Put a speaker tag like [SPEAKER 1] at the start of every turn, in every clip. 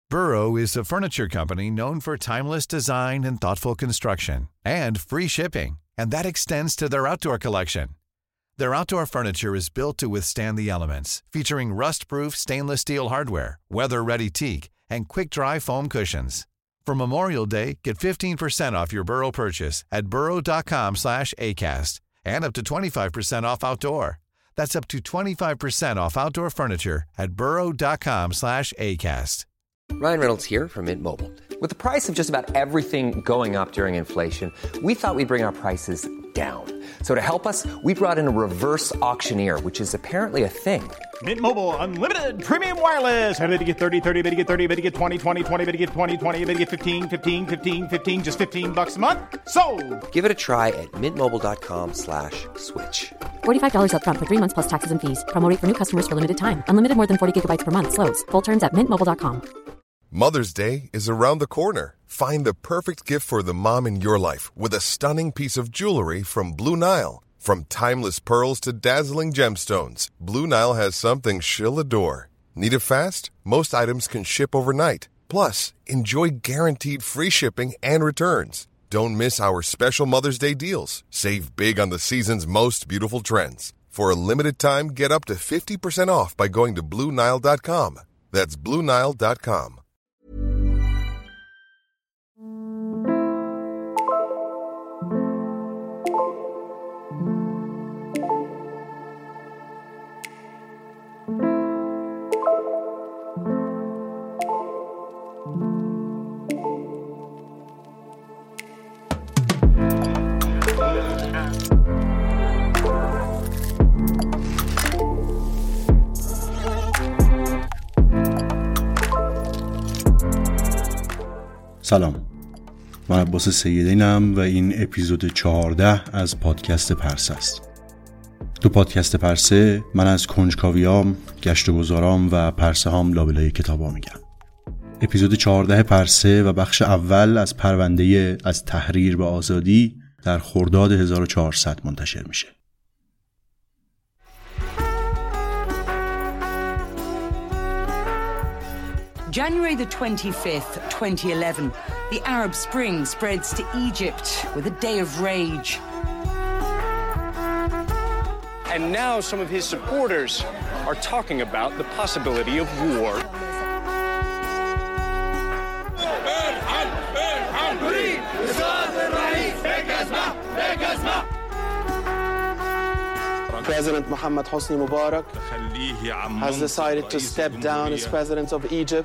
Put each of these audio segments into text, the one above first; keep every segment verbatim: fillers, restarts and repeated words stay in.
[SPEAKER 1] Burrow is a furniture company known for timeless design and thoughtful construction, and free shipping, and that extends to their outdoor collection. Their outdoor furniture is built to withstand the elements, featuring rust-proof stainless steel hardware, weather-ready teak, and quick-dry foam cushions. For Memorial Day, get fifteen percent off your Burrow purchase at burrow.com slash ACAST and up to twenty-five percent off outdoor. That's up to twenty-five percent off outdoor furniture at burrow.com slash ACAST.
[SPEAKER 2] Ryan Reynolds here from Mint Mobile. With the price of just about everything going up during inflation, we thought we'd bring our prices down. So to help us, we brought in a reverse auctioneer, which is apparently a thing.
[SPEAKER 3] Mint Mobile Unlimited Premium Wireless. How to get thirty, thirty, how to get thirty, how to get twenty, twenty, twenty, how to get twenty, twenty, how to get fifteen, fifteen, fifteen, fifteen, just fifteen bucks a month? Sold!
[SPEAKER 2] Give it a try at mintmobile.com slash switch.
[SPEAKER 4] forty-five dollars up front for three months plus taxes and fees. Promo rate for new customers for limited time. Unlimited more than forty gigabytes per month. Slows full terms at mint mobile dot com.
[SPEAKER 5] Mother's Day is around the corner. Find the perfect gift for the mom in your life with a stunning piece of jewelry from Blue Nile. From timeless pearls to dazzling gemstones, Blue Nile has something she'll adore. Need it fast? Most items can ship overnight. Plus, enjoy guaranteed free shipping and returns. Don't miss our special Mother's Day deals. Save big on the season's most beautiful trends. For a limited time, get up to fifty percent off by going to blue nile dot com. That's blue nile dot com.
[SPEAKER 6] سلام، من عباس سیدینم و این اپیزود چهارده از پادکست پرسه است. تو پادکست پرسه من از کنجکاویام، گشت و گذارام و پرسه هام لابلای کتابا میگم. اپیزود چهارده پرسه و بخش اول از پرونده از تحریر به آزادی در خرداد هزار و چهارصد منتشر میشه.
[SPEAKER 7] January the twenty-fifth, twenty eleven, the Arab Spring spreads to Egypt with a day of rage.
[SPEAKER 8] And now some of his supporters are talking about the possibility of war.
[SPEAKER 9] President Mohammed Hosni Mubarak has decided to step down as president of Egypt.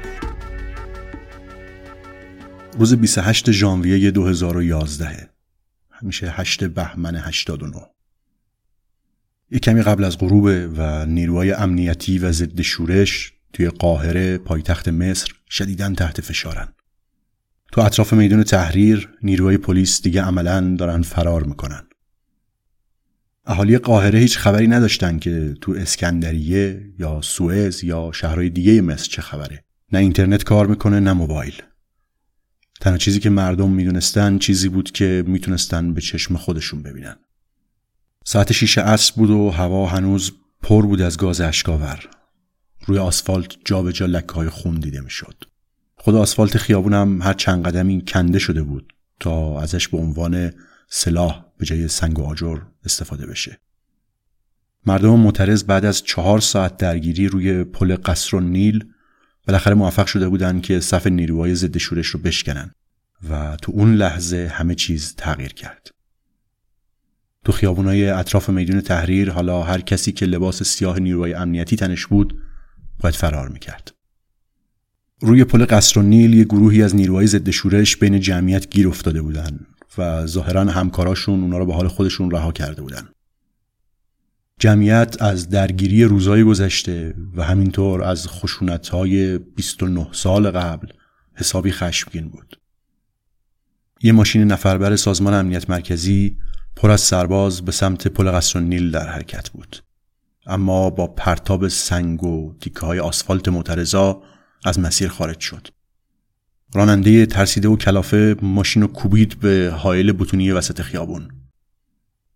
[SPEAKER 6] روز بیست و هشتم ژانویه دو هزار و یازده، همیشه هشتم بهمن هشتاد و نه. یک کمی قبل از غروب و نیروهای امنیتی و ضد شورش توی قاهره پایتخت مصر شدیداً تحت فشارن. تو اطراف میدان تحریر نیروهای پلیس دیگه عملاً دارن فرار میکنن. اهالی قاهره هیچ خبری نداشتن که تو اسکندریه یا سوئز یا شهرهای دیگه مصر چه خبره. نه اینترنت کار میکنه نه موبایل. تنها چیزی که مردم میدونستن چیزی بود که میتونستن به چشم خودشون ببینن. ساعت شیش عصر بود و هوا هنوز پر بود از گاز اشک‌آور. روی آسفالت جا به جا لکه‌های خون دیده میشد. خود آسفالت خیابونم هر چند قدمی کنده شده بود تا ازش به عنوان سلاح به جای سنگ و آجر استفاده بشه. مردم معترض بعد از چهار ساعت درگیری روی پل قصر النیل بالاخره موفق شده بودن که صف نیروهای ضد شورش رو بشکنن و تو اون لحظه همه چیز تغییر کرد. تو خیابونای اطراف میدان تحریر حالا هر کسی که لباس سیاه نیروهای امنیتی تنش بود باید فرار میکرد. روی پل قصر النیل یه گروهی از نیروهای ضد شورش بین جمعیت گیر افتاده بودن و ظاهراً همکاراشون اونا رو به حال خودشون رها کرده بودن. جمعیت از درگیری روزهای گذشته و همینطور از خشونت‌های بیست و نه سال قبل حسابی خشمگین بود. یه ماشین نفربر سازمان امنیت مرکزی پر از سرباز به سمت پل قصر النیل در حرکت بود، اما با پرتاب سنگ و تیکه‌های آسفالت معترضا از مسیر خارج شد. راننده ترسیده و کلافه ماشین رو کوبید به حائل بتونی وسط خیابون.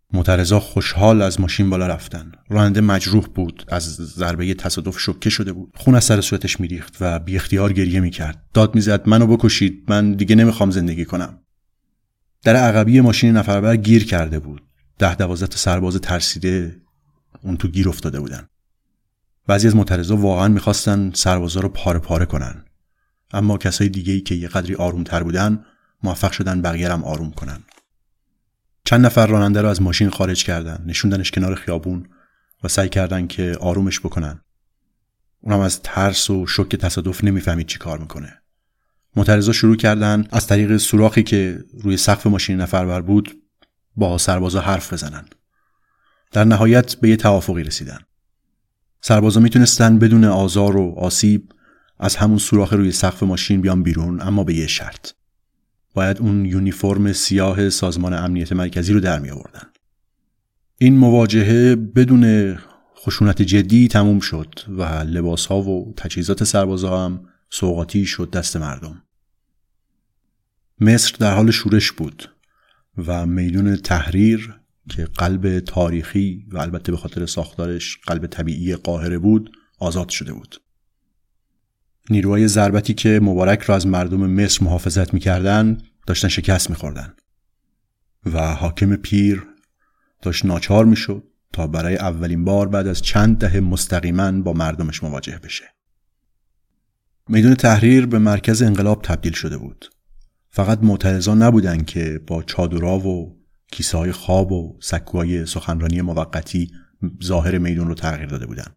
[SPEAKER 6] معترضا خوشحال از ماشین بالا رفتن. راننده مجروح بود، از ضربه تصادف شوکه شده بود. خون از سر صورتش میریخت و بی اختیار گریه میکرد. داد میزد منو بکشید، من دیگه نمیخوام زندگی کنم. در عقبی ماشین نفربر گیر کرده بود. ده دوازده تا سرباز ترسیده اون تو گیر افتاده بودن. بعضی از معترضا واقعا میخواستن سربازا رو پاره پاره کنن، اما کسای دیگه‌ای که یه قدری آرومتر بودن موفق شدن بقیه هم آروم کنن. چند نفر راننده رو از ماشین خارج کردن، نشوندنش کنار خیابون و سعی کردن که آرومش بکنن. اونم از ترس و شوک تصادف نمیفهمید چی کار میکنه. معترضا شروع کردن از طریق سوراخی که روی سقف ماشین نفربر بود با سربازا حرف بزنن. در نهایت به یه توافقی رسیدن. سربازا میتونستن بدون آزار و آسیب از همون سوراخ روی سقف ماشین بیان بیرون، اما به یه شرط. باید اون یونیفرم سیاه سازمان امنیت مرکزی رو در می آوردن. این مواجهه بدون خشونت جدی تموم شد و لباس‌ها و تجهیزات سربازا هم سوغاتی شد دست مردم. مصر در حال شورش بود و میدون تحریر که قلب تاریخی و البته به خاطر ساختارش قلب طبیعی قاهره بود آزاد شده بود. نیروهای ضربتی که مبارک را از مردم مصر محافظت می‌کردند داشتن شکست می‌خوردن و حاکم پیر داشت ناچار می‌شد تا برای اولین بار بعد از چند دهه مستقیما با مردمش مواجه بشه. میدون تحریر به مرکز انقلاب تبدیل شده بود. فقط معترضان نبودن که با چادرها و کیسه‌های خواب و سکوهای سخنرانی موقتی ظاهر میدون رو تغییر داده بودن.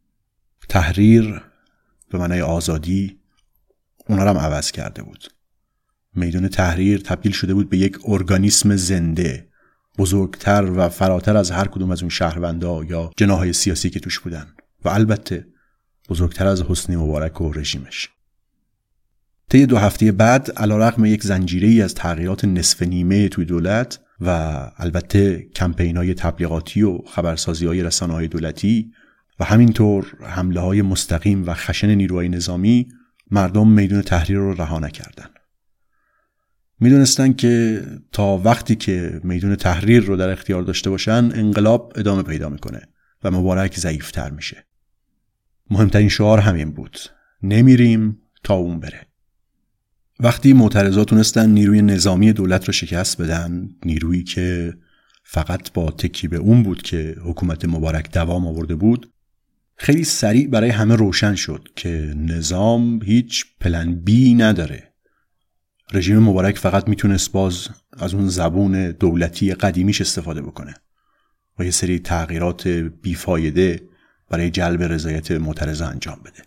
[SPEAKER 6] تحریر به معنای آزادی اونا رو هم عوض کرده بود. میدون تحریر تبدیل شده بود به یک ارگانیسم زنده، بزرگتر و فراتر از هر کدوم از اون شهروندا یا جناحهای سیاسی که توش بودن و البته بزرگتر از حسنی مبارک و رژیمش. طی دو هفته بعد علیرغم یک زنجیره‌ای از تغییرات نصف نیمه توی دولت و البته کمپین‌های تبلیغاتی و خبرسازی‌های رسانه‌های دولتی و همینطور حمله‌های مستقیم و خشن نیروهای نظامی، مردم میدون تحریر رو رها نکردن. میدونستن که تا وقتی که میدون تحریر رو در اختیار داشته باشن انقلاب ادامه پیدا میکنه و مبارک ضعیف‌تر میشه. مهمترین شعار همین بود: نمیریم تا اون بره. وقتی معترضا تونستن نیروی نظامی دولت رو شکست بدن، نیرویی که فقط با تکی به اون بود که حکومت مبارک دوام آورده بود، خیلی سریع برای همه روشن شد که نظام هیچ پلن بی نداره. رژیم مبارک فقط میتونست باز از اون زبون دولتی قدیمیش استفاده بکنه و یه سری تغییرات بیفایده برای جلب رضایت معترضا انجام بده.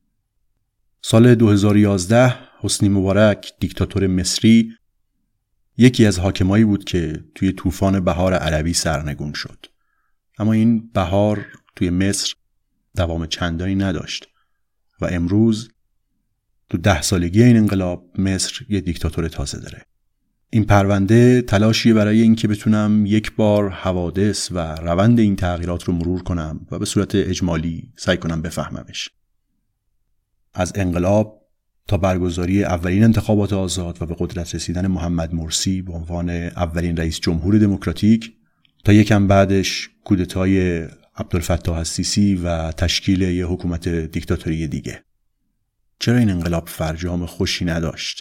[SPEAKER 6] سال دو هزار و یازده حسنی مبارک، دیکتاتور مصری، یکی از حاکمایی بود که توی طوفان بهار عربی سرنگون شد. اما این بهار توی مصر دوام چندانی نداشت و امروز تو ده سالگی این انقلاب مصر یه دیکتاتور تازه داره. این پرونده تلاشیه برای اینکه بتونم یک بار حوادث و روند این تغییرات رو مرور کنم و به صورت اجمالی سعی کنم بفهممش. از انقلاب تا برگزاری اولین انتخابات آزاد و به قدرت رسیدن محمد مرسی به عنوان اولین رئیس جمهور دموکراتیک، تا یکم بعدش کودتای عبدالفتاح السیسی و تشکیل یه حکومت دیکتاتوری دیگه. چرا این انقلاب فرجام خوشی نداشت؟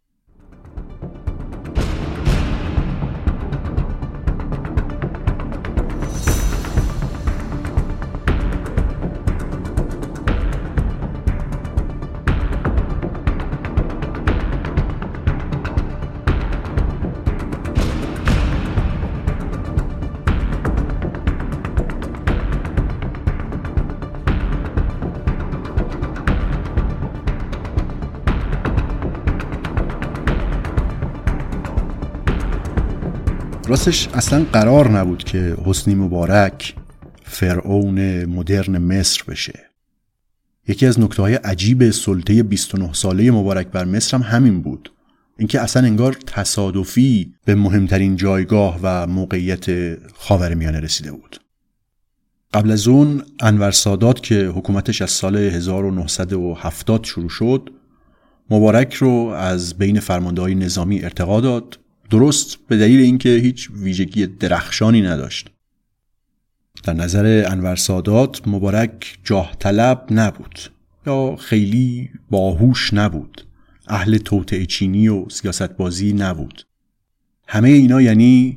[SPEAKER 6] راستش اصلا قرار نبود که حسنی مبارک فرعون مدرن مصر بشه. یکی از نکته‌های عجیب سلطه بیست و نه ساله مبارک بر مصر هم همین بود، اینکه اصلا انگار تصادفی به مهمترین جایگاه و موقعیت خاورمیانه رسیده بود. قبل از اون انور سادات که حکومتش از سال هزار و نهصد و هفتاد شروع شد، مبارک رو از بین فرمانده‌های نظامی ارتقا داد درست به دلیل اینکه هیچ ویژگی درخشانی نداشت. در نظر انور سادات مبارک جاه طلب نبود یا خیلی باهوش نبود، اهل توطئه چینی و سیاست بازی نبود. همه اینا یعنی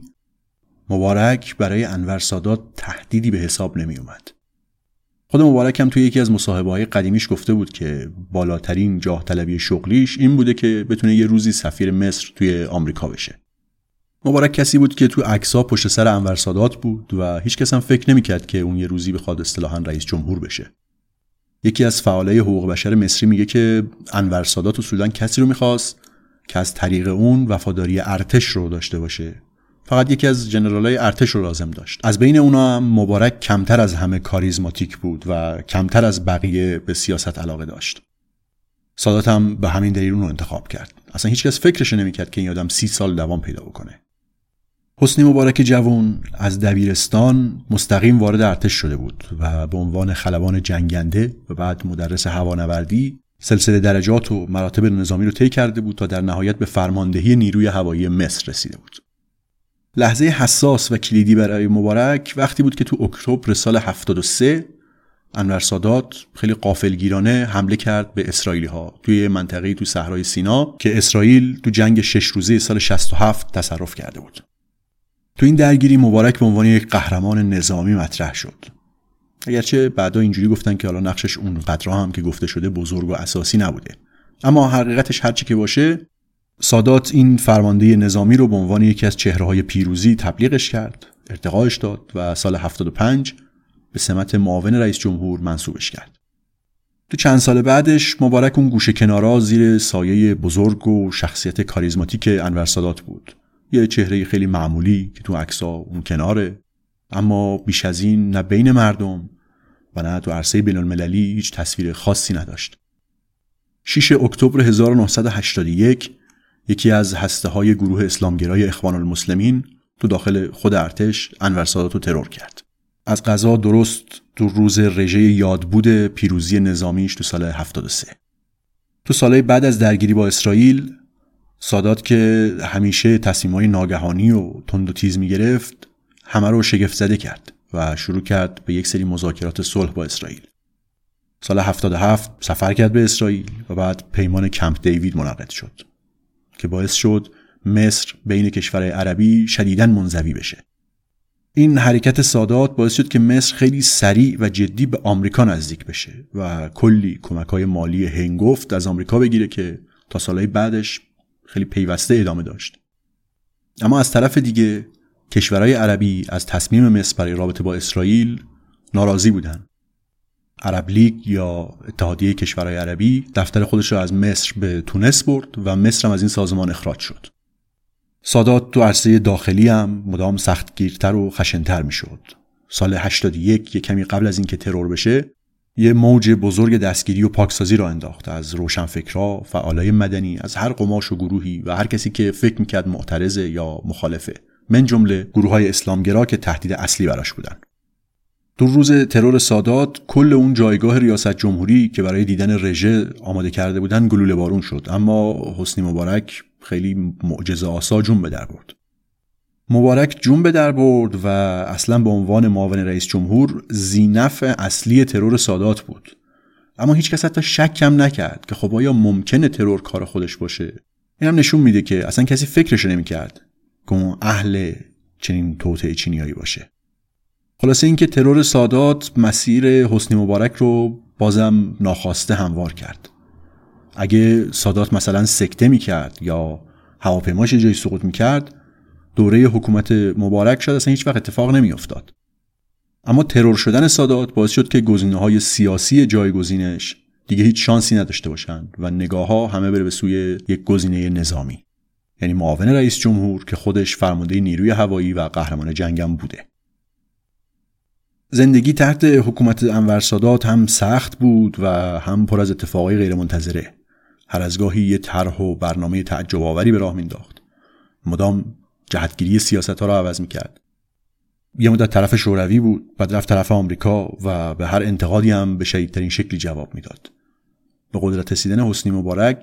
[SPEAKER 6] مبارک برای انور سادات تهدیدی به حساب نمی اومد. خود مبارک هم توی یکی از مصاحبه‌های قدیمیش گفته بود که بالاترین جاه طلبی شغلیش این بوده که بتونه یه روزی سفیر مصر توی آمریکا بشه. مبارک کسی بود که تو عکس‌ها پشت سر انور سادات بود و هیچ کس هم فکر نمی‌کرد که اون یه روزی بخواد اصطلاحاً رئیس جمهور بشه. یکی از فعالای حقوق بشر مصری میگه که انور سادات اصولاً کسی رو می‌خواست که از طریق اون وفاداری ارتش رو داشته باشه. فقط یکی از جنرالای ارتش رو لازم داشت. از بین اونا هم مبارک کمتر از همه کاریزماتیک بود و کمتر از بقیه به سیاست علاقه داشت. سادات هم به همین دلیل اون رو انتخاب کرد. اصلا هیچ کس فکرش نمی‌کرد که این آدم سی سال دوام پیدا بکنه. حسنی مبارک جوان از دبیرستان مستقیم وارد ارتش شده بود و به عنوان خلبان جنگنده و بعد مدرس هوانوردی سلسله درجات و مراتب نظامی رو طی کرده بود تا در نهایت به فرماندهی نیروی هوایی مصر رسیده بود. لحظه حساس و کلیدی برای مبارک وقتی بود که تو اکتبر سال هفتاد و سه انور سادات خیلی غافلگیرانه حمله کرد به اسرائیلی ها توی منطقه‌ای تو صحرای سینا که اسرائیل تو جنگ شش روزه سال شصت و هفت تصرف کرده بود. تو این درگیری مبارک به عنوان یک قهرمان نظامی مطرح شد. اگرچه بعدا اینجوری گفتن که حالا نقشش اون قدرها هم که گفته شده بزرگ و اساسی نبوده، اما حقیقتش هر چی که باشه سادات این فرمانده نظامی رو به عنوان یکی از چهره‌های پیروزی تبلیغش کرد، ارتقاش داد و سال هفتاد و پنج به سمت معاون رئیس جمهور منصوبش کرد. تو چند سال بعدش مبارک اون گوشه کنارا زیر سایه بزرگ و شخصیت کاریزماتیک انور سادات بود. یه چهره خیلی معمولی که تو عکس‌ها اون کناره، اما بیش از این نه بین مردم و نه تو عرصه بین‌المللی هیچ تصویر خاصی نداشت. شش اکتبر هزار و نهصد و هشتاد و یک یکی از هسته‌های گروه اسلامگرای اخوان المسلمین تو داخل خود ارتش انور سادات رو ترور کرد. از قضا درست تو روز رژه یادبود پیروزی نظامیش تو سال هفتاد و سه. تو سالهای بعد از درگیری با اسرائیل سادات که همیشه تصمیم‌های ناگهانی و تند و تیز می‌گرفت همه رو شگفت زده کرد و شروع کرد به یک سری مذاکرات صلح با اسرائیل. سال هفتاد و هفت سفر کرد به اسرائیل و بعد پیمان کمپ دیوید منعقد شد که باعث شد مصر بین کشورهای عربی شدیداً منزوی بشه. این حرکت سادات باعث شد که مصر خیلی سریع و جدی به آمریکا نزدیک بشه و کلی کمک‌های مالی هنگفت از آمریکا بگیره که تا سالهای بعدش خیلی پیوسته ادامه داشت. اما از طرف دیگه کشورهای عربی از تصمیم مصر برای رابطه با اسرائیل ناراضی بودن. عرب لیگ یا اتحادیه کشورهای عربی دفتر خودش را از مصر به تونس برد و مصر هم از این سازمان اخراج شد. سادات تو عرصه داخلی هم مدام سختگیرتر و خشن‌تر میشد. سال هشتاد و یک، یک کمی قبل از اینکه ترور بشه، یه موج بزرگ دستگیری و پاکسازی را انداخت از روشنفکرها، فعالای مدنی، از هر قماش و گروهی و هر کسی که فکر میکرد معترضه یا مخالفه، من جمله گروه‌های اسلامگرا که تهدید اصلی براش بودن. دو روز ترور سادات کل اون جایگاه ریاست جمهوری که برای دیدن رژه آماده کرده بودن گلوله بارون شد، اما حسنی مبارک خیلی معجزه آسا جون به در برد. مبارک جون به در برد و اصلا به عنوان معاون رئیس جمهور ذینفع اصلی ترور سادات بود. اما هیچ کس حتی شک هم نکرد که خب آیا ممکنه ترور کار خودش باشه. این هم نشون میده که اصلا کسی فکرش نمی‌کرد که اون اهل چنین توطئه چینیایی باشه. خلاصه اینکه ترور سادات مسیر حسنی مبارک رو بازم ناخواسته هموار کرد. اگه سادات مثلا سکته میکرد یا هواپیماش جای سقوط میکرد، دوره حکومت مبارک شاید اصلا هیچ وقت اتفاق نمیافتاد. اما ترور شدن سادات باعث شد که گزینه‌های سیاسی جایگزینش دیگه هیچ شانسی نداشته باشن و نگاه‌ها همه بره به سوی یک گزینه نظامی، یعنی معاون رئیس جمهور که خودش فرمانده نیروی هوایی و قهرمان جنگم بوده. زندگی تحت حکومت انور سادات هم سخت بود و هم پر از اتفاقای غیرمنتظره. هر از گاهی یه طرح و برنامه تعجب آوری به راه مینداخت. مدام جهتگیری سیاست‌ها را عوض می‌کرد. یه مدت طرف شوروی بود، بعد رفت طرف آمریکا و به هر انتقادی هم به شدیدترین شکلی جواب میداد. به قدرت رسیدن حسنی مبارک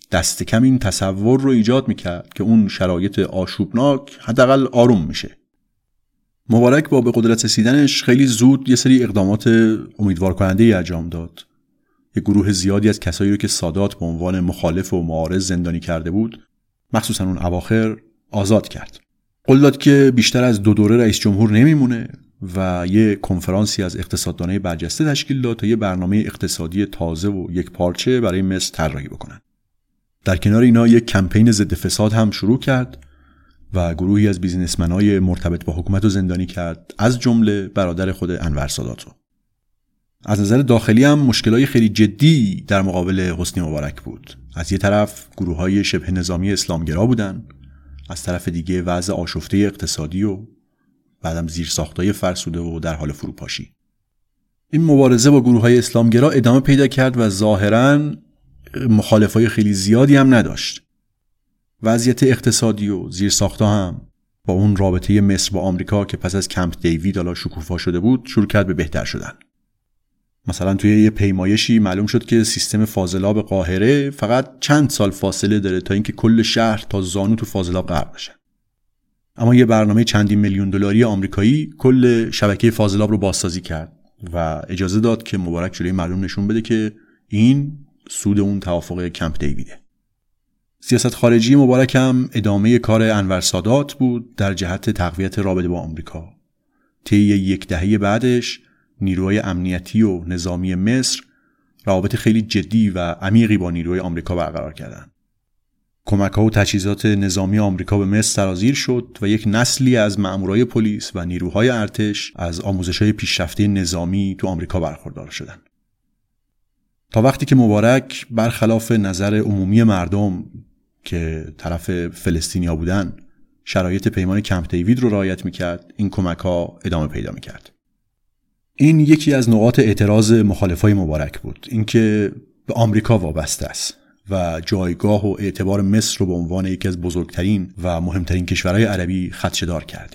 [SPEAKER 6] دست کم این تصور رو ایجاد میکرد که اون شرایط آشوبناک حداقل آروم میشه. مبارک با به قدرت رسیدنش خیلی زود یه سری اقدامات امیدوار کننده ای انجام داد. یه گروه زیادی از کسایی رو که سادات به عنوان مخالف و معارض زندانی کرده بود، مخصوصا اون اواخر، آزاد کرد. قول داد که بیشتر از دو دوره رئیس جمهور نمیمونه و یه کنفرانسی از اقتصاددانای برجسته تشکیل داد تا یه برنامه اقتصادی تازه و یک پارچه برای مصر طراحی بکنن. در کنار اینا یک کمپین ضد فساد هم شروع کرد و گروهی از بیزینسمنای مرتبط با حکومت رو زندانی کرد، از جمله برادر خود انور سادات رو. از نظر داخلی هم مشکلای خیلی جدی در مقابل حسنی مبارک بود. از یه طرف گروه‌های شبه نظامی اسلامگرا بودن، از طرف دیگه وضع آشفته اقتصادی و بعدم زیرساختای فرسوده و در حال فروپاشی. این مبارزه با گروه‌های اسلامگرا ادامه پیدا کرد و ظاهراً مخالفای خیلی زیادی هم نداشت. وضعیت اقتصادی و زیرساخت‌ها هم با اون رابطه مصر با آمریکا که پس از کمپ دیوید حالا شکوفا شده بود شروع کرد به بهتر شدن. مثلا توی یه پیمایشی معلوم شد که سیستم فاضلاب قاهره فقط چند سال فاصله داره تا اینکه کل شهر تا زانو تو فاضلاب غرق بشه. اما یه برنامه چندین میلیون دلاری آمریکایی کل شبکه فاضلاب رو بازسازی کرد و اجازه داد که مبارک جلوی مردم نشون بده که این سود اون توافق کمپ دیویده. سیاست خارجی مبارک هم ادامه کار انور سادات بود در جهت تقویت رابطه با آمریکا. طی یک دهه بعدش نیروهای امنیتی و نظامی مصر روابط خیلی جدی و عمیقی با نیروهای آمریکا برقرار کردند. کمک‌ها و تجهیزات نظامی آمریکا به مصر سرازیر شد و یک نسلی از مأمورای پلیس و نیروهای ارتش از آموزش‌های پیشرفته نظامی تو آمریکا برخوردار شدند. تا وقتی که مبارک برخلاف نظر عمومی مردم که طرف فلسطینیا بودن شرایط پیمان کمپ دیوید رو رعایت می‌کرد، این کمک‌ها ادامه پیدا می‌کرد. این یکی از نقاط اعتراض مخالفای مبارک بود، اینکه به آمریکا وابسته است و جایگاه و اعتبار مصر رو به عنوان یکی از بزرگترین و مهمترین کشورهای عربی خدشه‌دار کرده.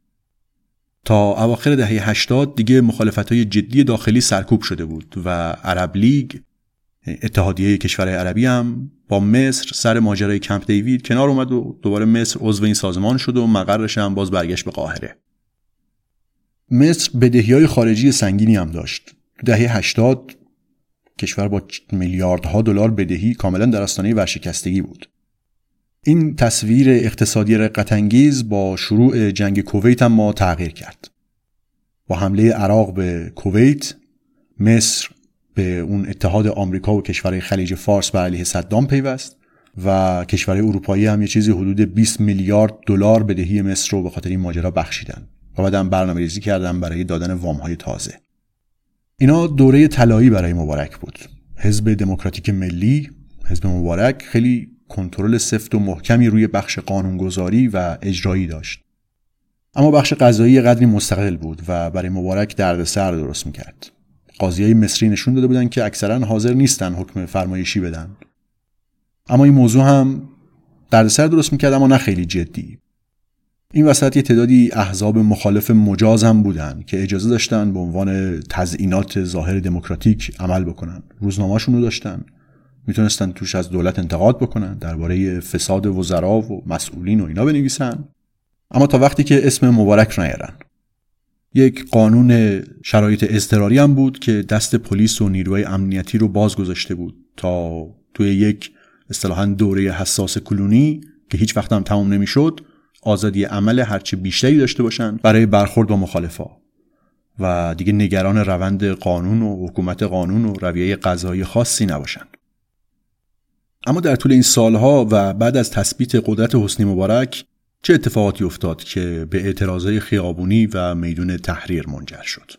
[SPEAKER 6] تا اواخر دهه هشتاد دیگه مخالفت‌های جدی داخلی سرکوب شده بود و عرب لیگ، اتحادیه کشورهای عربی، هم با مصر سر ماجرای کمپ دیوید کنار اومد و دوباره مصر عضو این سازمان شد و مقرش هم باز برگشت به قاهره. مصر بدهی‌های خارجی سنگینی هم داشت. تو دهه هشتاد کشور با میلیاردها دلار بدهی کاملا در آستانه ورشکستگی بود. این تصویر اقتصادی رقت‌انگیز با شروع جنگ کویت هم ما تغییر کرد. با حمله عراق به کویت، مصر به اون اتحاد آمریکا و کشورهای خلیج فارس بر علیه صدام پیوست و کشورهای اروپایی هم یه چیزی حدود بیست میلیارد دلار بدهی مصر رو به خاطر این ماجرا بخشیدن و بعدم برنامه‌ریزی کردن برای دادن وام‌های تازه. اینا دوره طلایی برای مبارک بود. حزب دموکراتیک ملی، حزب مبارک، خیلی کنترل سفت و محکمی روی بخش قانونگذاری و اجرایی داشت. اما بخش قضایی قدری مستقل بود و برای مبارک دردسر درست می‌کرد. قاضیای مصری نشون داده بودن که اکثرا حاضر نیستن حکم فرمایشی بدن. اما این موضوع هم دردسر درست می‌کرد، اما نه خیلی جدی. این وسط یه تعدادی احزاب مخالف مجاز هم بودن که اجازه داشتن به عنوان تزیینات ظاهر دموکراتیک عمل بکنن. روزنامه‌شون رو داشتن، میتونستن توش از دولت انتقاد بکنن، درباره فساد وزرا و مسئولین و اینا بنویسن، اما تا وقتی که اسم مبارک نیارن. یک قانون شرایط اضطراری هم بود که دست پلیس و نیروهای امنیتی رو باز گذاشته بود تا توی یک اصطلاحاً دوره حساس کلونی که هیچ وقت هم تمام نمیشد، آزادی عمل هرچه بیشتری داشته باشن برای برخورد با مخالفا و دیگه نگران روند قانون و حکومت قانون و رویه قضایی خاصی نباشن. اما در طول این سالها و بعد از تثبیت قدرت حسنی مبارک چه اتفاقاتی افتاد که به اعتراضهای خیابونی و میدون تحریر منجر شد؟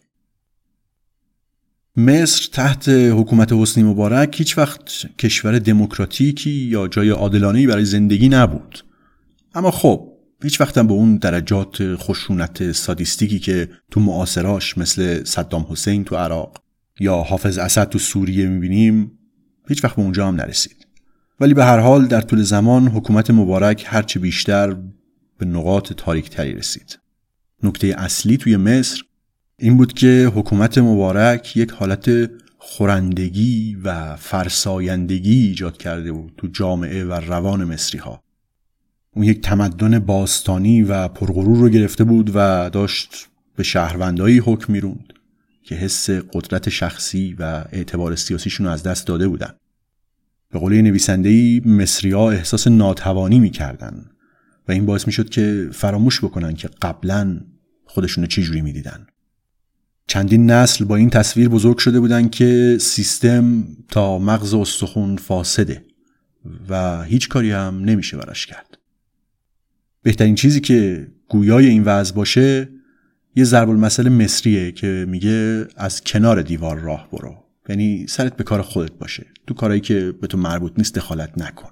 [SPEAKER 6] مصر تحت حکومت حسنی مبارک هیچ وقت کشور دموکراتیکی یا جای عادلانه‌ای برای زندگی نبود. اما خب هیچ وقت هم به اون درجات خشونت سادیستیکی که تو معاصراش مثل صدام حسین تو عراق یا حافظ اسد تو سوریه می‌بینیم هیچ وقت به اونجا هم نرسید. ولی به هر حال در طول زمان حکومت مبارک هرچه بیشتر به نقاط تاریک‌تری رسید. نکته اصلی توی مصر این بود که حکومت مبارک یک حالت خورندگی و فرسایندگی ایجاد کرده بود تو جامعه و روان مصری ها. اون یک تمدن باستانی و پرغرور رو گرفته بود و داشت به شهروندایی حکم میروند که حس قدرت شخصی و اعتبار سیاسیشون رو از دست داده بودن. به قول نویسنده‌ای مصری‌ها احساس ناتوانی می‌کردن و این باعث می‌شد که فراموش بکنن که قبلاً خودشون رو چه جوری می‌دیدن. چندین نسل با این تصویر بزرگ شده بودن که سیستم تا مغز استخوان فاسده و هیچ کاری هم نمیشه براش کرد. بهترین چیزی که گویای این وضع باشه یه ضرب المثل مصریه که میگه از کنار دیوار راه برو، یعنی سرت به کار خودت باشه، تو کارهایی که به تو مربوط نیست دخالت نکن.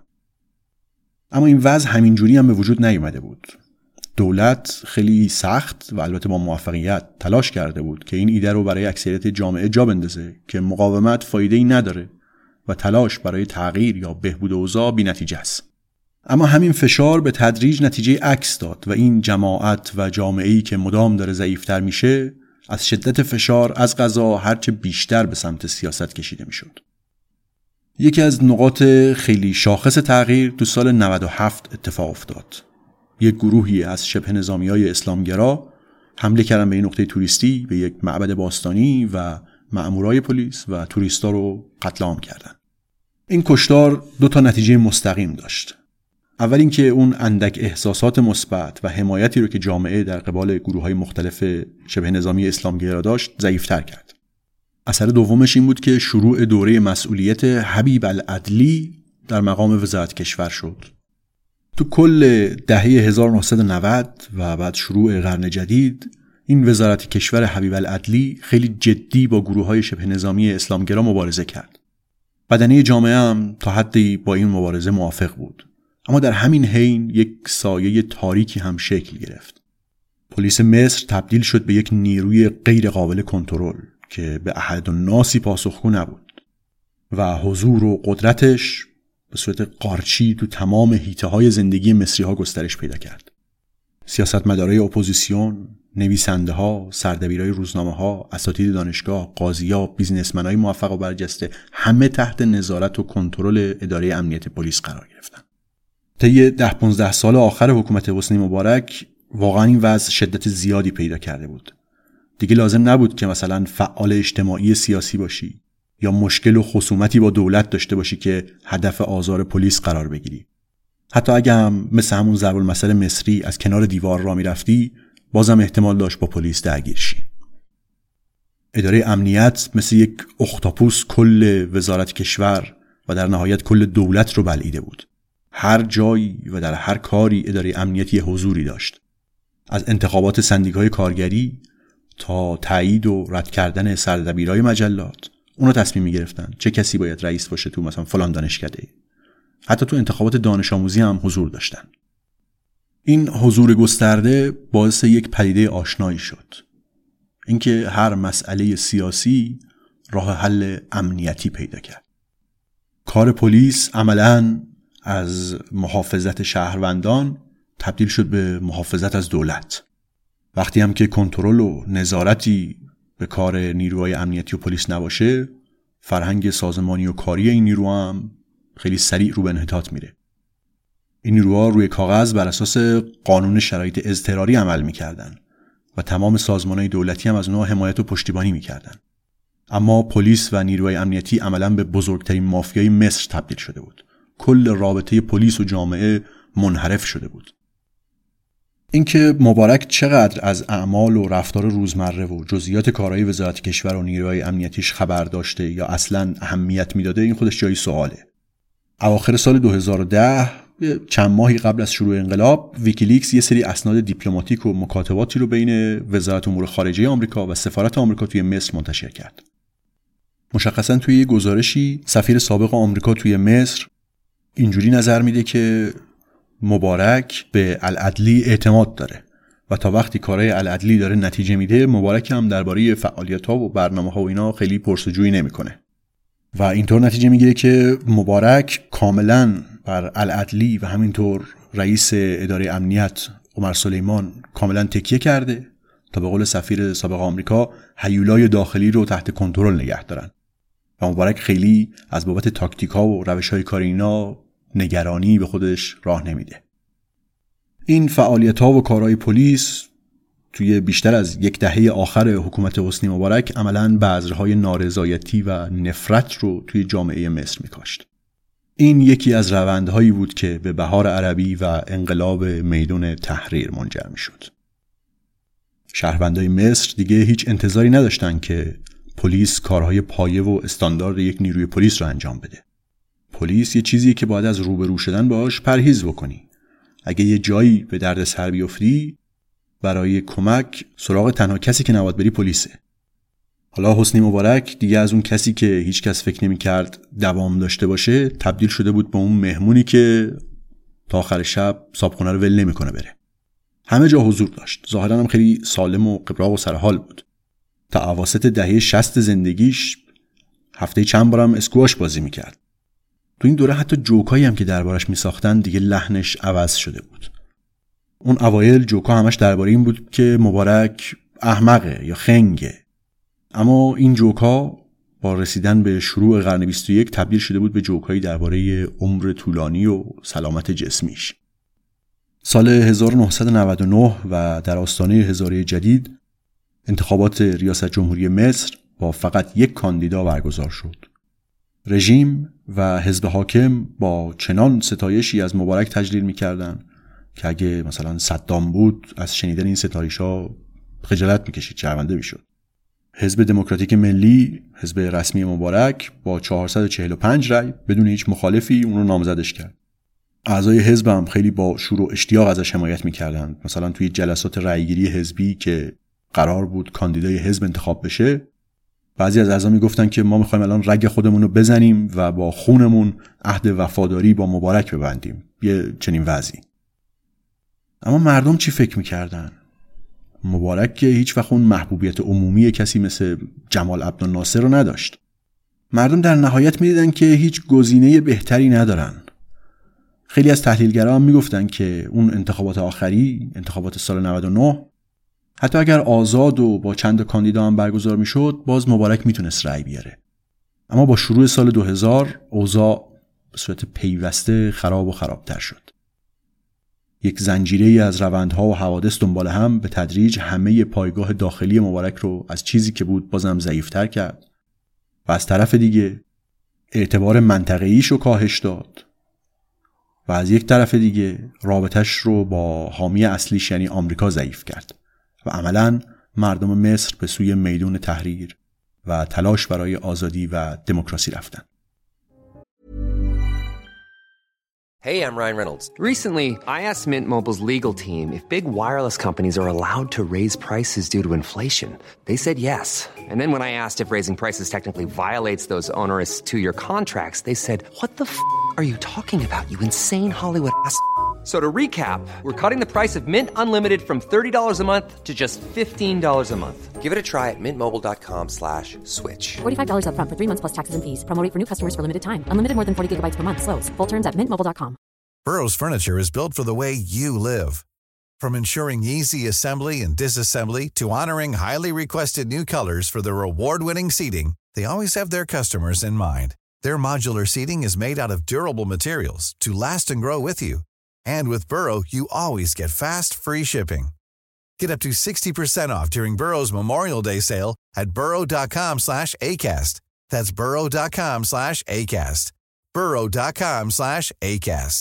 [SPEAKER 6] اما این وضع همینجوری هم به وجود نیومده بود. دولت خیلی سخت و البته با موفقیت تلاش کرده بود که این ایده رو برای اکثریت جامعه جا بندازه که مقاومت فایده‌ای نداره و تلاش برای تغییر یا بهبود اوضاع بی‌نتیجه است. اما همین فشار به تدریج نتیجه عکس داد و این جماعت و جامعه‌ای که مدام داره ضعیف‌تر میشه از شدت فشار از قضا هرچه بیشتر به سمت سیاست کشیده میشد. یکی از نقاط خیلی شاخص تغییر تو سال نود و هفت اتفاق افتاد. یک گروهی از شبه نظامیای اسلامگرا حمله کردن به این نقطه توریستی، به یک معبد باستانی و مأمورای پلیس و توریستا رو قتل عام کردن. این کشتار دو تا نتیجه مستقیم داشت. اول اینکه اون اندک احساسات مثبت و حمایتی رو که جامعه در قبال گروه‌های مختلف شبه نظامی اسلامگرا داشت ضعیف‌تر کرد. اثر دومش این بود که شروع دوره مسئولیت حبیب العدلی در مقام وزارت کشور شد. تو کل دهه هزار و نهصد و نود و بعد شروع قرن جدید این وزارت کشور حبیب العدلی خیلی جدی با گروه‌های شبه نظامی اسلامگرا مبارزه کرد. بدنه جامعه هم تا حدی با این مبارزه موافق بود. اما در همین حین یک سایه تاریکی هم شکل گرفت. پلیس مصر تبدیل شد به یک نیروی غیر قابل کنترل که به احد الناسی پاسخگو نبود و حضور و قدرتش به صورت قارچی تو تمام حیطه‌های زندگی مصری‌ها گسترش پیدا کرد. سیاستمدارای اپوزیسیون، نویسنده‌ها، سردبیرای روزنامه‌ها، اساتید دانشگاه، قاضی‌ها، بیزنسمن‌های موفق و برجسته همه تحت نظارت و کنترل اداره امنیت پلیس قرار گرفتند. طی ده پانزده سال آخر حکومت حسنی مبارک واقعا این وضع شدت زیادی پیدا کرده بود. دیگه لازم نبود که مثلا فعال اجتماعی سیاسی باشی یا مشکل و خصومتی با دولت داشته باشی که هدف آزار پلیس قرار بگیری. حتی اگه هم مثل همون ضرب المثل مصری از کنار دیوار راه میرفتی بازم احتمال داشت با پلیس درگیر شی. اداره امنیت مثل یک اختاپوس کل وزارت کشور و در نهایت کل دولت رو بلعیده بود. هر جایی و در هر کاری اداره امنیتی حضوری داشت. از انتخابات سندیکای کارگری تا تایید و رد کردن سردبیرای مجلات اونا تصمیم می‌گرفتن چه کسی باید رئیس باشه تو مثلا فلان دانشکده. حتی تو انتخابات دانش آموزی هم حضور داشتن. این حضور گسترده باعث یک پدیده آشنایی شد. اینکه هر مسئله سیاسی راه حل امنیتی پیدا کرد. کار پلیس عملاً از محافظت شهروندان تبدیل شد به محافظت از دولت. وقتی هم که کنترل و نظارتی به کار نیروهای امنیتی و پلیس نباشه، فرهنگ سازمانی و کاری این نیروها هم خیلی سریع رو به انحطاط میره. این نیروها روی کاغذ بر اساس قانون شرایط اضطراری عمل میکردن و تمام سازمانهای دولتی هم از اونها حمایت و پشتیبانی میکردن. اما پلیس و نیروهای امنیتی عملاً به بزرگترین مافیای مصر تبدیل شده بود. کل رابطه پلیس و جامعه منحرف شده بود. اینکه مبارک چقدر از اعمال و رفتار روزمره و جزئیات کارهای وزارت کشور و نیروهای امنیتیش خبر داشته یا اصلاً اهمیت میداده این خودش جای سواله. اواخر سال دو هزار و ده، چند ماهی قبل از شروع انقلاب، ویکیلیکس یه سری اسناد دیپلماتیک و مکاتباتی رو بین وزارت امور خارجه آمریکا و سفارت آمریکا توی مصر منتشر کرد. مشخصاً توی یه گزارشی سفیر سابق آمریکا توی مصر اینجوری نظر میده که مبارک به العدلی اعتماد داره و تا وقتی کارهای العدلی داره نتیجه میده مبارک هم درباره فعالیت‌ها و برنامه‌ها و اینا خیلی پرسجویی نمیکنه و اینطور نتیجه میگیره که مبارک کاملا بر العدلی و همینطور رئیس اداره امنیت عمر سلیمان کاملا تکیه کرده تا به قول سفیر سابق آمریکا هیولای داخلی رو تحت کنترل نگه دارن. و مبارک خیلی از بابت تاکتیکا و روش‌های کار اینا نگرانی به خودش راه نمیده. این فعالیت‌ها و کارهای پلیس توی بیشتر از یک دهه آخر حکومت حسنی مبارک عملاً بذرهای نارضایتی و نفرت رو توی جامعه مصر می‌کاشت. این یکی از روندهایی بود که به بهار عربی و انقلاب میدان تحریر منجر می‌شد. شهروندای مصر دیگه هیچ انتظاری نداشتن که پلیس کارهای پایه و استاندارد یک نیروی پلیس رو انجام بده. پلیس یه چیزیه که باید از روبرو شدن باهاش پرهیز بکنی. اگه یه جایی به درد سر بیفتی، برای کمک سراغ تنها کسی که نباید بری پلیسه. حالا حسنی مبارک دیگه از اون کسی که هیچ کس فکر نمی‌کرد دوام داشته باشه تبدیل شده بود به اون مهمونی که تا آخر شب صابخونه رو ول نمی‌کنه بره. همه جا حضور داشت. ظاهراً هم خیلی سالم و قبراق و سرحال بود. تا اواسط دهه شصت زندگیش هفته چند بارم اسکواش بازی می‌کرد. تو این دوره حتی جوکایی هم که دربارش می‌ساختن دیگه لحنش عوض شده بود. اون اوایل جوکا همش درباره این بود که مبارک احمقه یا خنگه. اما این جوکا با رسیدن به شروع قرن بیست و یک تبدیل شده بود به جوکایی درباره عمر طولانی و سلامت جسمیش. سال هزار و نهصد و نود و نه و در آستانه هزاره جدید انتخابات ریاست جمهوری مصر با فقط یک کاندیدا برگزار شد. رژیم و حزب حاکم با چنان ستایشی از مبارک تجلیل می‌کردند که اگه مثلا صدام بود از شنیدن این ستایش‌ها خجالت می‌کشید، شرمنده می‌شد. حزب دموکراتیک ملی، حزب رسمی مبارک، با چهارصد و چهل و پنج رای بدون هیچ مخالفی اون رو نامزدش کرد. اعضای حزب هم خیلی با شور و اشتیاق ازش حمایت می‌کردند. مثلا توی جلسات رأیگیری حزبی که قرار بود کاندیدای حزب انتخاب بشه، بعضی از اعضا میگفتن که ما می‌خوایم الان رگ خودمون رو بزنیم و با خونمون عهد وفاداری با مبارک ببندیم. یه چنین وضعی. اما مردم چی فکر می‌کردن؟ مبارک که هیچ وقت اون محبوبیت عمومی کسی مثل جمال عبدالناصر رو نداشت. مردم در نهایت می‌دیدن که هیچ گزینه بهتری ندارن. خیلی از تحلیلگرا هم میگفتن که اون انتخابات آخری، انتخابات سال نود و نه، حتی اگر آزاد و با چند کاندیدا هم برگزار میشد، باز مبارک میتونست رأی بیاره. اما با شروع سال دو هزار اوضاع به صورت پیوسته خراب و خرابتر شد. یک زنجیره از روندها و حوادث دنبال هم به تدریج همه پایگاه داخلی مبارک رو از چیزی که بود بازم ضعیف‌تر کرد و از طرف دیگه اعتبار منطقه‌ایش رو کاهش داد و از یک طرف دیگه رابطش رو با حامی اصلیش یعنی آمریکا ضعیف کرد و عملاً مردم مصر به سوی میدان تحریر و تلاش برای آزادی و دموکراسی رفتن.
[SPEAKER 2] Hey, I'm Ryan Reynolds. Recently, I asked Mint Mobile's legal team if big wireless companies are allowed to raise prices due to inflation. They said yes. And then when I asked if raising prices technically violates those onerous two-year contracts, they said, what the f*** are you talking about, you insane Hollywood ass f- So to recap, we're cutting the price of Mint Unlimited from thirty dollars a month to just fifteen dollars a month. Give it a try at mintmobile.com slash switch.
[SPEAKER 4] forty-five dollars up front for three months plus taxes and fees. Promo rate for new customers for limited time. Unlimited more than forty gigabytes per month. Slows full terms at mint mobile dot com.
[SPEAKER 1] Burrow's furniture is built for the way you live. From ensuring easy assembly and disassembly to honoring highly requested new colors for their award-winning seating, they always have their customers in mind. Their modular seating is made out of durable materials to last and grow with you. And with Burrow, you always get fast, free shipping. Get up to sixty percent off during Burrow's Memorial Day sale at burrow.com slash ACAST. That's burrow.com slash ACAST. burrow.com slash ACAST.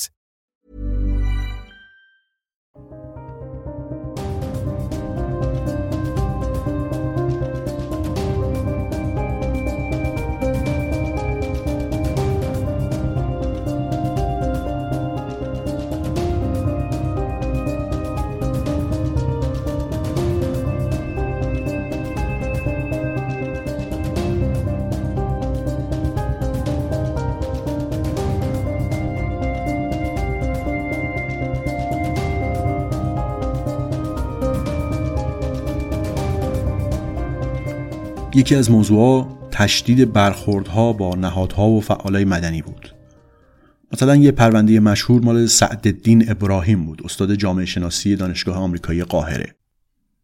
[SPEAKER 6] یکی از موضوعات تشدید برخوردها با نهادها و فعالای مدنی بود. مثلا یه پرونده مشهور مال سعدالدین ابراهیم بود، استاد جامعه شناسی دانشگاه آمریکایی قاهره.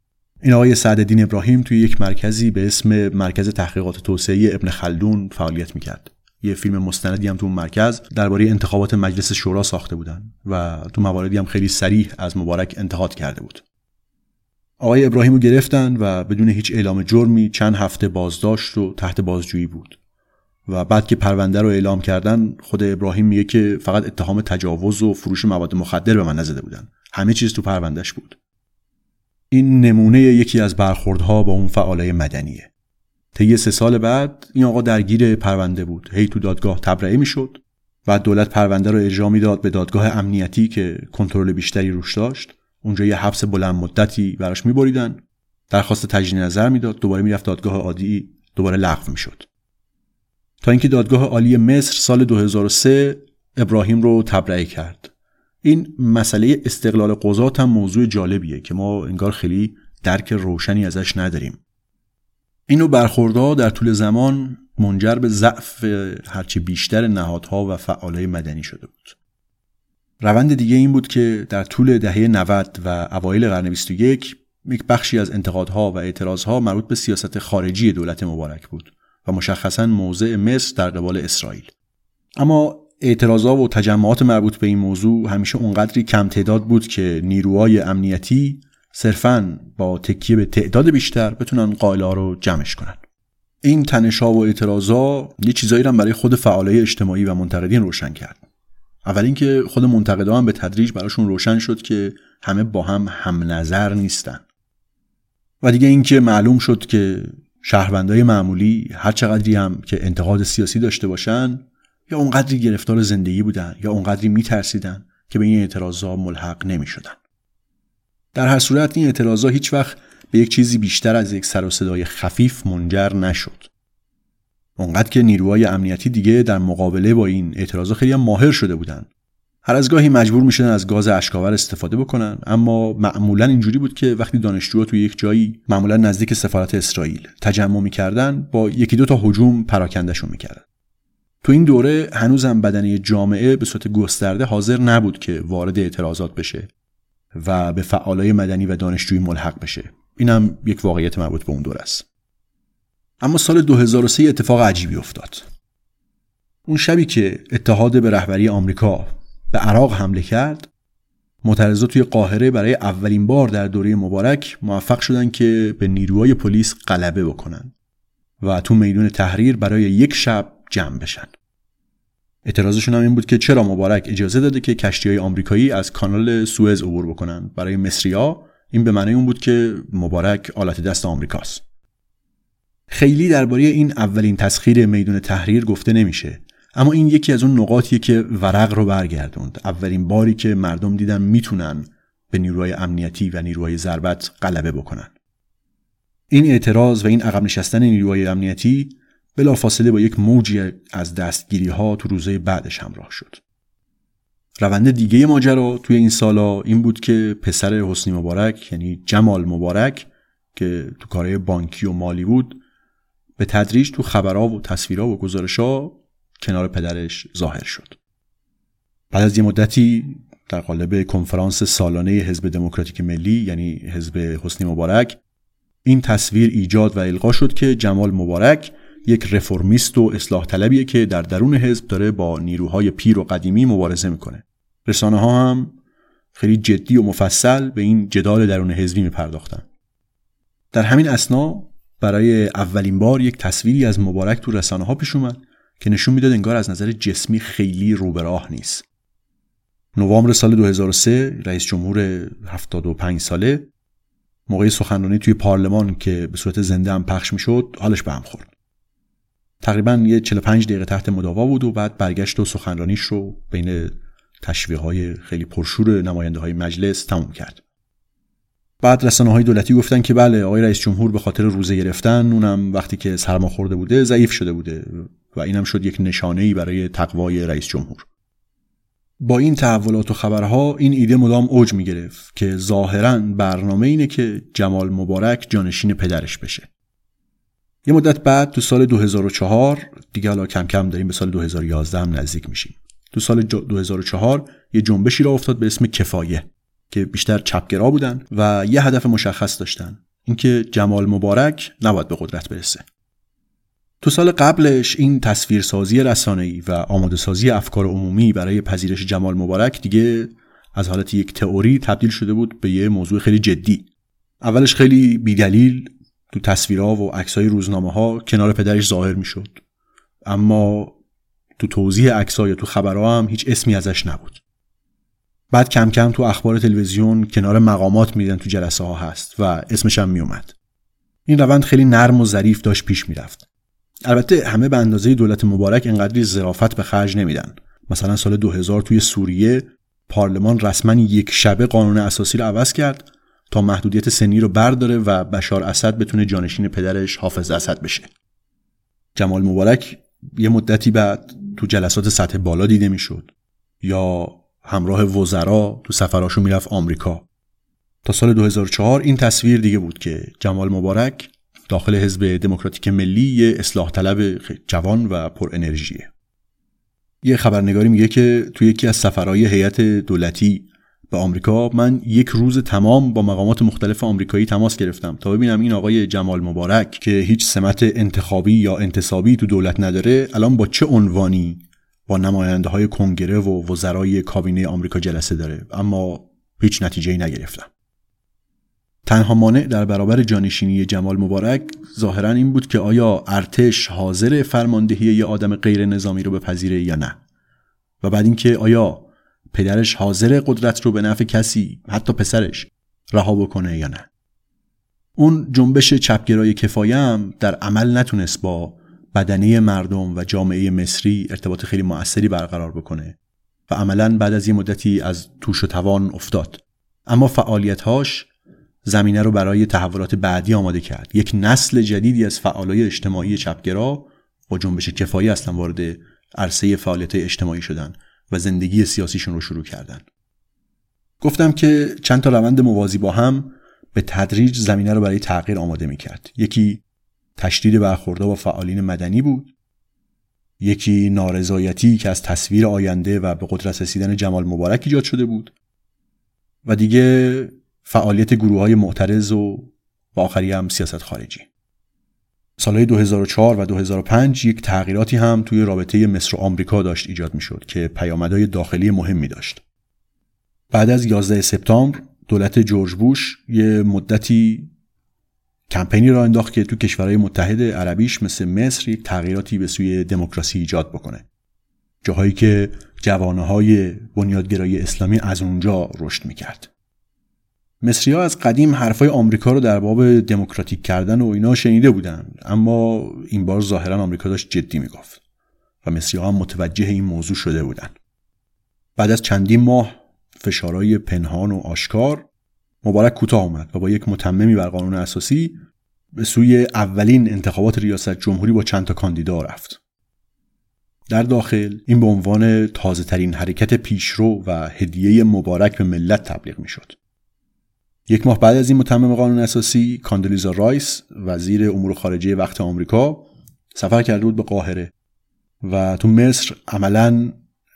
[SPEAKER 6] این آقای سعدالدین ابراهیم توی یک مرکزی به اسم مرکز تحقیقات توسعه ابن خلدون فعالیت میکرد. یه فیلم مستندی هم تو اون مرکز درباره انتخابات مجلس شورا ساخته بودن و تو مواردی هم خیلی صریح از مبارک انتقاد کرده بود. آقای ابراهیم رو گرفتن و بدون هیچ اعلام جرمی چند هفته بازداشت و تحت بازجویی بود و بعد که پرونده رو اعلام کردن خود ابراهیم میگه که فقط اتهام تجاوز و فروش مواد مخدر به من نزده بودن، همه چیز تو پروندهش بود. این نمونه یکی از برخوردها با اون فعالای مدنیه. طی سه سال بعد این آقا درگیر پرونده بود، هی تو دادگاه تبرئه میشد، بعد دولت پرونده رو ارجاع میداد به دادگاه امنیتی که کنترل بیشتری روش داشت، اونجا یه حبس بلند مدتی براش میبریدن، درخواست تجدید نظر میداد، دوباره میرفت دادگاه عادی، دوباره لغو میشد. تا اینکه دادگاه عالی مصر سال دو هزار و سه ابراهیم رو تبرئه کرد. این مسئله استقلال قضات هم موضوع جالبیه که ما انگار خیلی درک روشنی ازش نداریم. اینو برخوردها در طول زمان منجر به ضعف هرچی بیشتر نهادها و فعالای مدنی شده بود. روند دیگه این بود که در طول دهه نود و اوایل قرن بیست و یک یک بخشی از انتقادها و اعتراضها مربوط به سیاست خارجی دولت مبارک بود و مشخصاً موضع مصر در قبال اسرائیل. اما اعتراضات و تجمعات مربوط به این موضوع همیشه اونقدری کم تعداد بود که نیروهای امنیتی صرفاً با تکیه به تعداد بیشتر بتونن قائل‌ها رو جمعش کنن. این تنش‌ها و اعتراضات یه چیزایی رو برای خود فعالای اجتماعی و منتقدین روشن کرد. اول اینکه خود منتقدا هم به تدریج براشون روشن شد که همه با هم هم نظر نیستن. و دیگه اینکه معلوم شد که شهروندای معمولی هر چقدری هم که انتقاد سیاسی داشته باشن یا اونقدری گرفتار زندگی بودن یا اونقدری میترسیدن که به این اعتراضات ملحق نمیشدن. در هر صورت این اعتراضات هیچ وقت به یک چیزی بیشتر از یک سر و صدای خفیف منجر نشد. اونقدر که نیروهای امنیتی دیگه در مقابله با این اعتراضات خیلی هم ماهر شده بودن. هر از گاهی مجبور میشدن از گاز اشک‌آور استفاده بکنن، اما معمولا اینجوری بود که وقتی دانشجوها توی یک جایی معمولا نزدیک سفارت اسرائیل تجمع می‌کردن، با یکی دو تا هجوم پراکندهشون می‌کردن. تو این دوره هنوزم بدنه جامعه به صورت گسترده حاضر نبود که وارد اعتراضات بشه و به فعالای مدنی و دانشجویی ملحق بشه. اینم یک واقعیت مربوط به اون دوره است. اما سال دو هزار و سه اتفاق عجیبی افتاد. اون شبی که اتحاد به رهبری آمریکا به عراق حمله کرد، معترضا توی قاهره برای اولین بار در دوره مبارک موفق شدن که به نیروهای پلیس غلبه بکنن و تو میدون تحریر برای یک شب جمع بشن. اعتراضشون هم این بود که چرا مبارک اجازه داده که کشتی‌های آمریکایی از کانال سوئز عبور بکنن. برای مصری‌ها این به معنی اون بود که مبارک آلت دست آمریکاست. خیلی درباره این اولین تسخیر میدون تحریر گفته نمیشه، اما این یکی از اون نقاطیه که ورق رو برگردوند. اولین باری که مردم دیدن میتونن به نیروهای امنیتی و نیروهای ضربت غلبه بکنن. این اعتراض و این عقب نشستن نیروهای امنیتی بلافاصله با یک موجی از دستگیری‌ها تو روزهای بعدش همراه شد. روند دیگه ماجرا توی این سالا این بود که پسر حسنی مبارک، یعنی جمال مبارک که تو کارهای بانکی و مالی بود، به تدریج تو خبرها و تصویرها و گزارش‌ها کنار پدرش ظاهر شد. بعد از یه مدتی در قالب کنفرانس سالانه حزب دموکراتیک ملی، یعنی حزب حسنی مبارک، این تصویر ایجاد و القا شد که جمال مبارک یک رفرمیست و اصلاح طلبیه که در درون حزب داره با نیروهای پیر و قدیمی مبارزه میکنه. رسانه ها هم خیلی جدی و مفصل به این جدال درون حزبی میپرداختن. در همین اثنا برای اولین بار یک تصویری از مبارک تو رسانه ها پیش اومد که نشون میداد انگار از نظر جسمی خیلی رو به راه نیست. نوامبر سال دو هزار و سه رئیس جمهور هفتاد و پنج ساله موقع سخنرانی توی پارلمان که به صورت زنده هم پخش میشد حالش به هم خورد. تقریباً یه چهل و پنج دقیقه تحت مداوا بود و بعد برگشت و سخنرانیش رو بین تشویق‌های خیلی پرشور نماینده‌های مجلس تموم کرد. بعد رسانه‌های دولتی گفتن که بله، آقای رئیس جمهور به خاطر روزه گرفتن، اونم وقتی که سرما خورده بوده، ضعیف شده بوده و اینم شد یک نشانه‌ای برای تقوای رئیس جمهور. با این تحولات و خبرها این ایده مدام اوج می‌گرفت که ظاهراً برنامه اینه که جمال مبارک جانشین پدرش بشه. یه مدت بعد تو سال دو هزار و چهار، دیگه حالا کم کم داریم به سال دو هزار و یازده هم نزدیک میشیم. تو سال دو هزار و چهار یه جنبشی راه افتاد به اسم کفایه که بیشتر چپگرا بودن و یه هدف مشخص داشتن. اینکه جمال مبارک نباید به قدرت برسه. تو سال قبلش این تصویرسازی رسانه‌ای و آماده‌سازی افکار عمومی برای پذیرش جمال مبارک دیگه از حالت یک تئوری تبدیل شده بود به یه موضوع خیلی جدی. اولش خیلی بی‌دلیل تو تصویرها و عکسای روزنامه‌ها کنار پدرش ظاهر می‌شد، اما تو توضیح عکس‌ها یا تو خبرها هم هیچ اسمی ازش نبود. بعد کم کم تو اخبار تلویزیون کنار مقامات میدن تو جلسه ها هست و اسمش هم میومد. این روند خیلی نرم و ظریف داشت پیش میرفت. البته همه به اندازه دولت مبارک اینقدری ظرافت به خرج نمیدن. مثلا سال دو هزار توی سوریه پارلمان رسما یک شبه قانون اساسی رو عوض کرد تا محدودیت سنی رو برداره و بشار اسد بتونه جانشین پدرش حافظ اسد بشه. جمال مبارک یه مدتی بعد تو جلسات سطح بالا دیده میشد یا همراه وزرا تو سفراشو میرفت آمریکا. تا سال دو هزار و چهار این تصویر دیگه بود که جمال مبارک داخل حزب دموکراتیک ملی یه اصلاح طلب جوان و پر انرژیه. یه خبرنگاری میگه که توی یکی از سفرهای هیئت دولتی به آمریکا من یک روز تمام با مقامات مختلف آمریکایی تماس گرفتم تا ببینم این آقای جمال مبارک که هیچ سمت انتخابی یا انتصابی تو دولت نداره الان با چه عنوانی با نماینده های کنگره و وزرای کابینه آمریکا جلسه داره، اما هیچ نتیجه‌ای نگرفتم. تنها مانع در برابر جانشینی جمال مبارک ظاهراً این بود که آیا ارتش حاضر فرماندهی یه آدم غیر نظامی رو بپذیره یا نه، و بعد اینکه آیا پدرش حاضر قدرت رو به نفع کسی حتی پسرش رها بکنه یا نه. اون جنبش چپگرای کفایه هم در عمل نتونست با بدنه مردم و جامعه مصری ارتباط خیلی مؤثری برقرار بکنه و عملاً بعد از یه مدتی از توش و توان افتاد. اما فعالیت‌هاش زمینه رو برای تحولات بعدی آماده کرد. یک نسل جدیدی از فعالای اجتماعی چپگرا با جنبش کفایه اصلا وارد عرصه فعالیت اجتماعی شدن و زندگی سیاسیشون رو شروع کردن. گفتم که چند تا روند موازی با هم به تدریج زمینه رو برای تغییر آماده می‌کرد. یکی تشدید برخوردها با فعالین مدنی بود، یکی نارضایتی که از تصویر آینده و به قدرت رسیدن جمال مبارک ایجاد شده بود، و دیگه فعالیت گروه‌های معترض و با آخری هم سیاست خارجی. سالهای دو هزار و چهار و دو هزار و پنج یک تغییراتی هم توی رابطه مصر و آمریکا داشت ایجاد می‌شد که پیامدهای داخلی مهمی داشت. بعد از یازده سپتامبر دولت جورج بوش یه مدتی کمپینی را انداخت که تو کشورهای متحد عربیش مثل مصر یک تغییراتی به سوی دموکراسی ایجاد بکنه. جاهایی که جوانه‌های بنیادگرای اسلامی از اونجا رشد می‌کرد. مصری‌ها از قدیم حرفای آمریکا رو در باب دموکراتیک کردن و اینا شنیده بودن، اما این بار ظاهراً آمریکا داشت جدی میگفت و مصری‌ها هم متوجه این موضوع شده بودن. بعد از چندین ماه فشارهای پنهان و آشکار، مبارک کوتاه اومد و با یک متممی بر قانون اساسی به سوی اولین انتخابات ریاست جمهوری با چند تا کاندیدا رفت. در داخل این به عنوان تازه ترین حرکت پیشرو و هدیه مبارک به ملت تبلیغ میشد. یک ماه بعد از این متمم قانون اساسی، کاندولیزا رایس وزیر امور خارجه وقت آمریکا سفر کرده بود به قاهره و تو مصر عملاً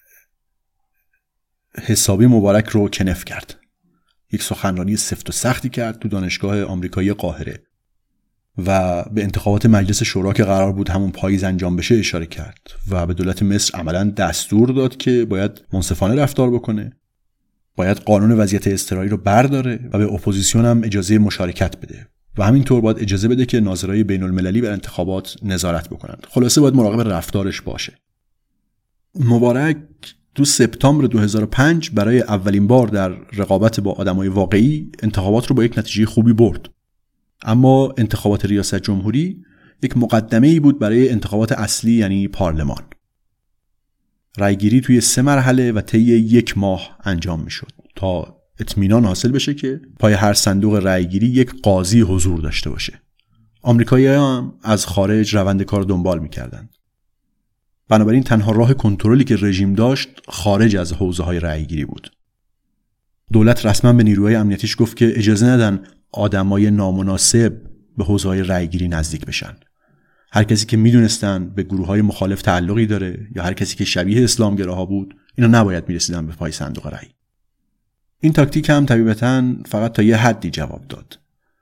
[SPEAKER 6] حسابی مبارک رو کنف کرد. یک سخنرانی سفت و سختی کرد تو دانشگاه آمریکایی قاهره و به انتخابات مجلس شورا که قرار بود همون پاییز انجام بشه اشاره کرد و به دولت مصر عملاً دستور داد که باید منصفانه رفتار بکنه، باید قانون وضعیت اضطراری رو برداره و به اپوزیسیون هم اجازه مشارکت بده و همینطور باید اجازه بده که ناظرای بین المللی بر انتخابات نظارت بکنند. خلاصه باید مراقب رفتارش باشه. مبارک تو سپتامبر دو هزار و پنج برای اولین بار در رقابت با آدمای واقعی انتخابات رو با یک نتیجه خوبی برد. اما انتخابات ریاست جمهوری یک مقدمه‌ای بود برای انتخابات اصلی، یعنی پارلمان. رایگیری توی سه مرحله و طی یک ماه انجام میشد تا اطمینان حاصل بشه که پای هر صندوق رایگیری یک قاضی حضور داشته باشه. آمریکایی‌ها هم از خارج روند کار دنبال می‌کردند. بنابراین تنها راه کنترلی که رژیم داشت خارج از حوزه‌های رایگیری بود. دولت رسما به نیروهای امنیتیش گفت که اجازه ندن آدمای نامناسب به حوزه‌های رایگیری نزدیک بشن. هر کسی که میدونستن به گروه‌های مخالف تعلقی داره یا هر کسی که شبیه اسلامگراها بود، اینا نباید میرسیدن به پای صندوق رای. این تاکتیک هم طبیعتاً فقط تا یه حدی جواب داد.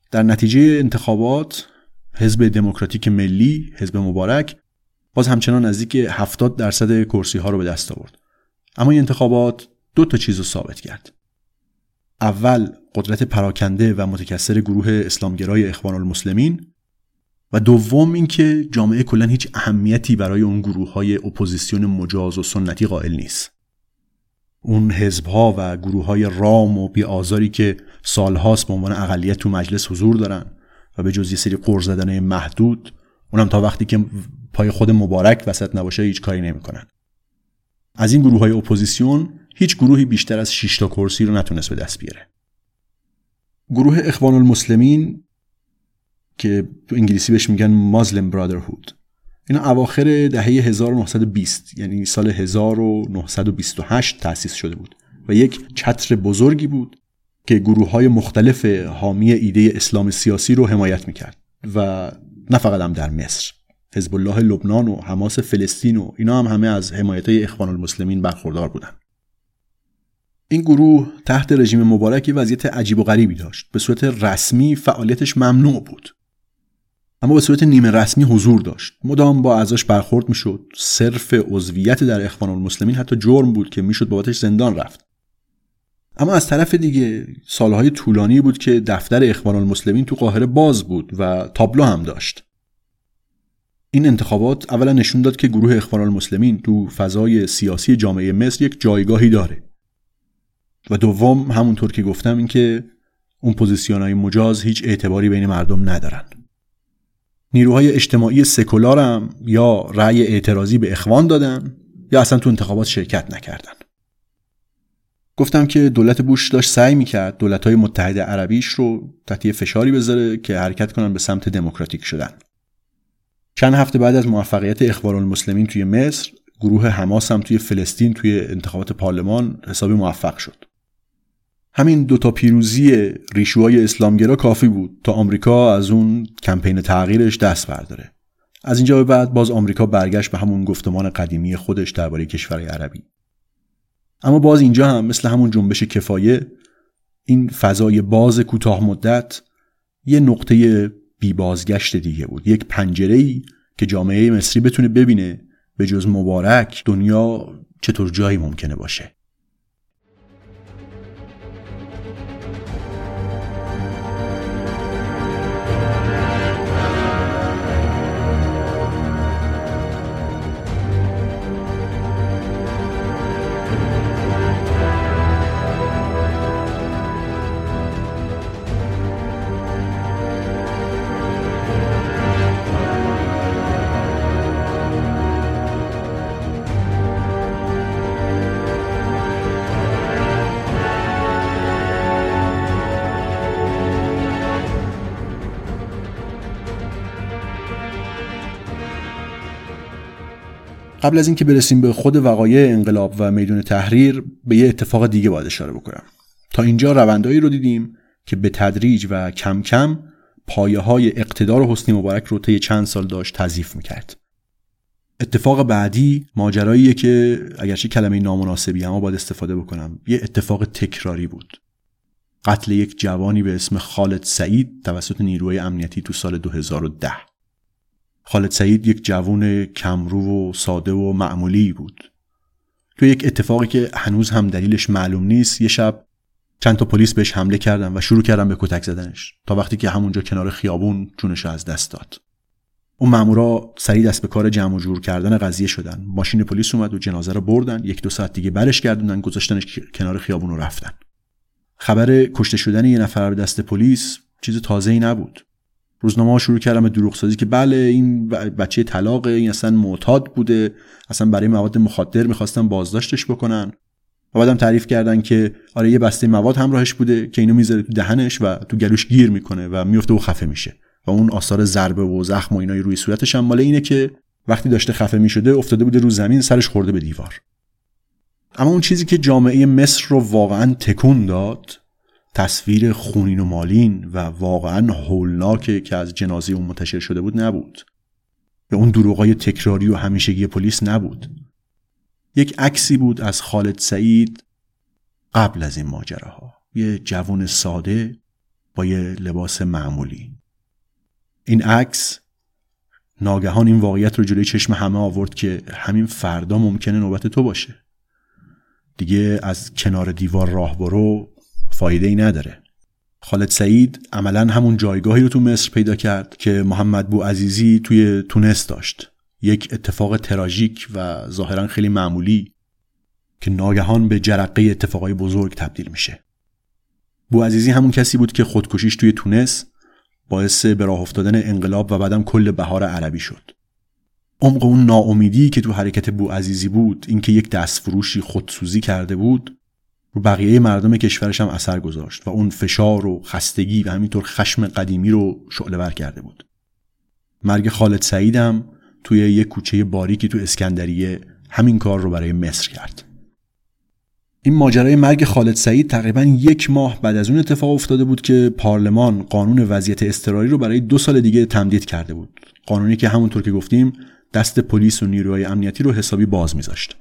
[SPEAKER 6] در نتیجه انتخابات حزب دموکراتیک ملی، حزب مبارک، باز همچنان نزدیک هفتاد درصد کرسی ها رو به دست آورد. اما این انتخابات دو تا چیز رو ثابت کرد. اول قدرت پراکنده و متکثر گروه اسلامگرای اخوان المسلمین و دوم اینکه جامعه کلاً هیچ اهمیتی برای اون گروه‌های اپوزیسیون مجاز و سنتی قائل نیست. اون حزب‌ها و گروه‌های رام و بی‌آزاری که سال‌هاست به عنوان اقلیت تو مجلس حضور دارن و به جز یه سری قرض زدنای محدود، اونم تا وقتی که پای خود مبارک وسط نباشه هیچ کاری نمی‌کنن. از این گروه‌های اپوزیسیون هیچ گروهی بیشتر از شش تا کرسی رو نتونست به دست بیاره. گروه اخوان المسلمین که تو انگلیسی بهش میگن مازلم برادرهود، اینا اواخر دهه هزار و نهصد و بیست یعنی سال هزار و نهصد و بیست و هشت تأسیس شده بود و یک چتر بزرگی بود که گروه‌های مختلف حامی ایده اسلام سیاسی رو حمایت میکرد و نه فقط هم در مصر، حزب الله لبنان و حماس فلسطین و اینا هم همه از حمایت‌های اخوان المسلمین برخوردار بودن. این گروه تحت رژیم مبارک وضعیت عجیب و غریبی داشت. به صورت رسمی فعالیتش ممنوع بود، اما به صورت نیمه رسمی حضور داشت. مدام با اعضاش برخورد میشد. صرف عضویت در اخوان المسلمین حتی جرم بود که میشد بابتش زندان رفت. اما از طرف دیگه سالهای طولانی بود که دفتر اخوان المسلمین تو قاهره باز بود و تابلو هم داشت. این انتخابات اولا نشون داد که گروه اخوان المسلمین تو فضای سیاسی جامعه مصر یک جایگاهی داره و دوم همونطور که گفتم این که اون پوزیسیون‌های مجاز هیچ اعتباری بین مردم ندارن. نیروهای اجتماعی سکولار هم یا رأی اعتراضی به اخوان دادن یا اصلا تو انتخابات شرکت نکردن. گفتم که دولت بوش داشت سعی میکرد دولت‌های متحده عربیش رو تحت فشاری بذاره که حرکت کنن به سمت دموکراتیک شدن. چند هفته بعد از موفقیت اخوان المسلمین توی مصر، گروه حماس هم توی فلسطین توی انتخابات پارلمان حسابی موفق شد. همین دوتا پیروزی ریشوهای اسلامگرا کافی بود تا آمریکا از اون کمپین تغییرش دست برداره. از اینجا به بعد باز آمریکا برگشت به همون گفتمان قدیمی خودش درباره کشورهای عربی. اما باز اینجا هم مثل همون جنبش کفایه، این فضای باز کوتاه مدت یه نقطه بی بازگشت دیگه بود، یک پنجره‌ای که جامعه مصری بتونه ببینه به جز مبارک دنیا چطور جایی ممکنه باشه. قبل از اینکه برسیم به خود وقایع انقلاب و میدون تحریر، به یه اتفاق دیگه باید اشاره بکنم. تا اینجا روندایی رو دیدیم که به تدریج و کم کم پایه‌های اقتدار حسنی مبارک رو طی چند سال داشت تضعیف می‌کرد. اتفاق بعدی ماجراییه که اگرچه کلمه نامناسبی اما باید استفاده بکنم، یه اتفاق تکراری بود. قتل یک جوانی به اسم خالد سعید توسط نیروهای امنیتی تو سال دو هزار و ده. خالد سعید یک جوان کمرو و ساده و معمولی بود. تو یک اتفاقی که هنوز هم دلیلش معلوم نیست، یه شب چند تا پلیس بهش حمله کردن و شروع کردن به کتک زدنش تا وقتی که همونجا کنار خیابون جونش از دست داد. اون مامورا سریع دست به کار جمع و جور کردن قضیه شدن. ماشین پلیس اومد و جنازه رو بردن، یک دو ساعت دیگه برش گردوندن، گذاشتنش کنار خیابون و رفتن. خبر کشته شدن یه نفر به دست پلیس چیز تازه‌ای نبود. روزنامه‌ها شروع کردن به دروغسازی که بله این بچه طلاقه، این اصلا معتاد بوده، اصلا برای مواد مخدر می‌خواستن بازداشتش بکنن. و بعدم تعریف کردن که آره یه بسته مواد همراهش بوده که اینو میذاره تو دهنش و تو گلوش گیر میکنه و میفته و خفه میشه. و اون آثار ضربه و زخم و اینای روی صورتش هم مال اینه که وقتی داشته خفه میشده افتاده بوده رو زمین، سرش خورده به دیوار. اما اون چیزی که جامعه مصر رو واقعا تکون داد، تصویر خونین و مالین و واقعا هولناکه که از جنازه اون منتشر شده بود نبود. به اون دروغای تکراری و همیشگی پلیس نبود. یک عکسی بود از خالد سعید قبل از این ماجراها. یه جوان ساده با یه لباس معمولی. این عکس ناگهان این واقعیت رو جلوی چشم همه آورد که همین فردا ممکنه نوبت تو باشه. دیگه از کنار دیوار راه برو فایده ای نداره. خالد سعید عملاً همون جایگاهی رو تو مصر پیدا کرد که محمد بوعزیزی توی تونس داشت. یک اتفاق تراژیک و ظاهراً خیلی معمولی که ناگهان به جرقه اتفاقای بزرگ تبدیل میشه. بوعزیزی همون کسی بود که خودکشیش توی تونس باعث به راه افتادن انقلاب و بعدم کل بهار عربی شد. عمق اون ناامیدی که تو حرکت بوعزیزی بود، اینکه یک دستفروشی خودسوزی کرده بود، رو بقیه مردم کشورش هم اثر گذاشت و اون فشار و خستگی و همینطور خشم قدیمی رو شعله‌ور کرده بود. مرگ خالد سعید هم توی یک کوچه باریکی تو اسکندریه همین کار رو برای مصر کرد. این ماجرای مرگ خالد سعید تقریباً یک ماه بعد از اون اتفاق افتاده بود که پارلمان قانون وضعیت اضطراری رو برای دو سال دیگه تمدید کرده بود. قانونی که همونطور که گفتیم دست پلیس و نیروهای امنیتی رو حسابی باز میذاشت.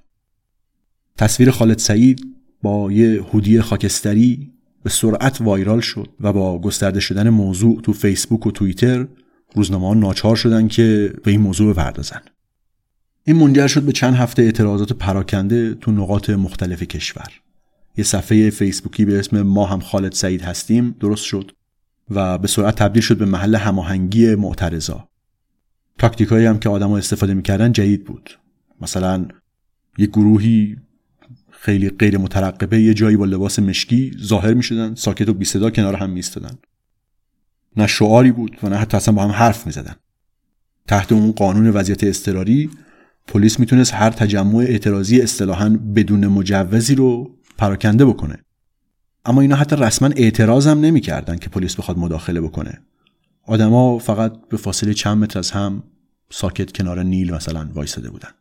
[SPEAKER 6] تصویر خالد سعید با یه هودی خاکستری به سرعت وایرال شد و با گسترده شدن موضوع تو فیسبوک و توییتر روزنامه‌ها ناچار شدن که به این موضوع بپردازن. این منجر شد به چند هفته اعتراضات پراکنده تو نقاط مختلف کشور. یه صفحه فیسبوکی به اسم ما هم خالد سعید هستیم درست شد و به سرعت تبدیل شد به محل هماهنگی معترضا. تاکتیکایی هم که آدم‌ها استفاده می‌کردن جدید بود. مثلا یه گروهی خیلی غیر مترقبه یه جایی با لباس مشکی ظاهر می‌شدن، ساکت و بی صدا کنار هم می‌ایستادن. نه شعاری بود و نه حتی اصلا با هم حرف می‌زدن. تحت اون قانون وضعیت اضطراری پلیس میتونست هر تجمع اعتراضی اصطلاحاً بدون مجوزی رو پراکنده بکنه. اما اینا حتی رسما اعتراض هم نمی‌کردن که پلیس بخواد مداخله بکنه. آدما فقط به فاصله چند متر از هم ساکت کنار نیل مثلا وایساده بودن.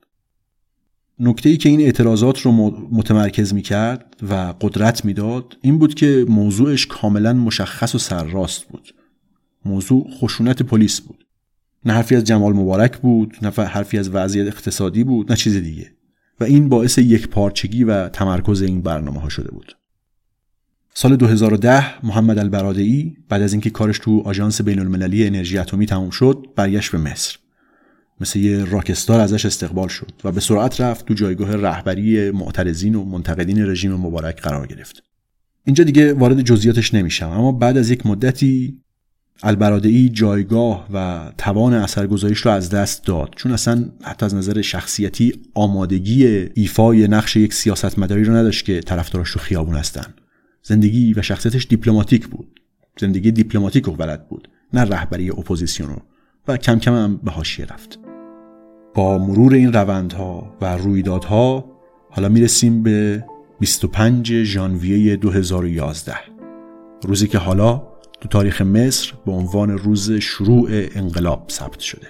[SPEAKER 6] نکته‌ای که این اعتراضات رو متمرکز می‌کرد و قدرت میداد این بود که موضوعش کاملا مشخص و سرراست بود. موضوع خشونت پلیس بود. نه حرفی از جمال مبارک بود، نه حرفی از وضعیت اقتصادی بود، نه چیز دیگه. و این باعث یک پارچگی و تمرکز این برنامه‌ها شده بود. سال دو هزار و ده محمد البرادعی بعد از اینکه کارش تو آژانس بین‌المللی انرژی اتمی تموم شد، برگشت به مصر. مثل یه راکستار ازش استقبال شد و به سرعت رفت تو جایگاه رهبری معترضین و منتقدین رژیم مبارک قرار گرفت. اینجا دیگه وارد جزئیاتش نمیشم، اما بعد از یک مدتی البرادعی جایگاه و توان اثرگذاریش رو از دست داد، چون اصلا حتی از نظر شخصیتی آمادگی ایفای نقش یک سیاستمداری رو نداشت که طرفداراش تو خیابون هستن. زندگی و شخصیتش دیپلماتیک بود. زندگی دیپلماتیک رو بلد بود، نه رهبری اپوزیسیون رو، و کم کم هم به حاشیه رفت. با مرور این روندها و رویدادها حالا میرسیم به بیست و پنج ژانویه دو هزار و یازده، روزی که حالا تو تاریخ مصر به عنوان روز شروع انقلاب ثبت شده.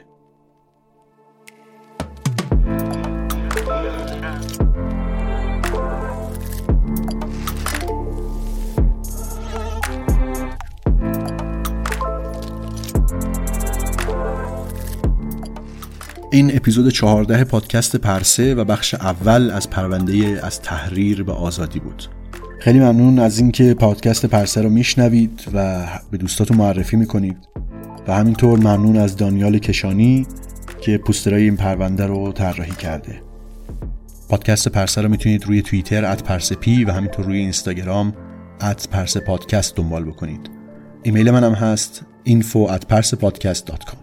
[SPEAKER 6] این اپیزود چهارده پادکست پرسه و بخش اول از پرونده از تحریر به آزادی بود. خیلی ممنون از اینکه پادکست پرسه رو میشنوید و به دوستاتون معرفی میکنید و همینطور ممنون از دانیال کشانی که پوسترهای این پرونده رو طراحی کرده. پادکست پرسه رو میتونید روی توییتر ات پرسه پی و همینطور روی اینستاگرام ات پرسه پادکست دنبال بکنید. ایمیل منم هست اینفو ات پرسه پادکست دات کام.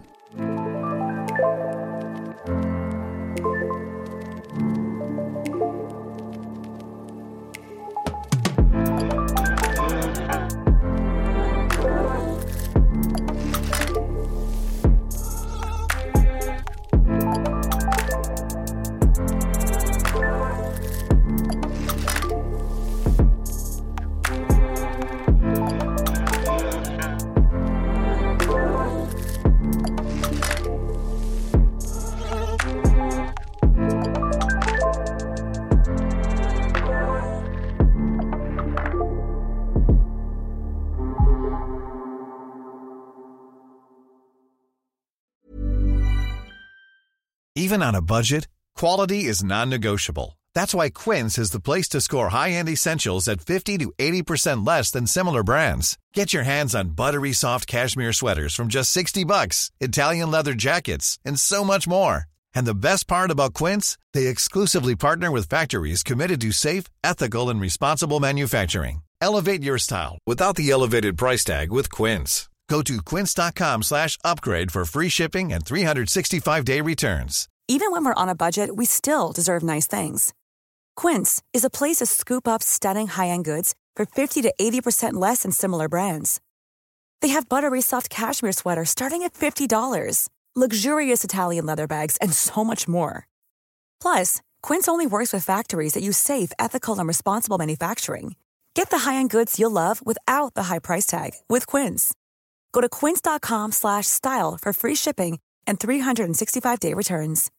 [SPEAKER 1] Even on a budget, quality is non-negotiable. That's why Quince is the place to score high-end essentials at fifty to eighty percent less than similar brands. Get your hands on buttery soft cashmere sweaters from just sixty bucks, Italian leather jackets, and so much more. And the best part about Quince, they exclusively partner with factories committed to safe, ethical, and responsible manufacturing. Elevate your style without the elevated price tag with Quince. Go to quince.com slash upgrade for free shipping and three sixty-five day returns.
[SPEAKER 10] Even when we're on a budget, we still deserve nice things. Quince is a place to scoop up stunning high-end goods for fifty to eighty percent less than similar brands. They have buttery soft cashmere sweaters starting at fifty dollars, luxurious Italian leather bags, and so much more. Plus, Quince only works with factories that use safe, ethical, and responsible manufacturing. Get the high-end goods you'll love without the high price tag with Quince. Go to quince.com slash style for free shipping and three sixty-five day returns.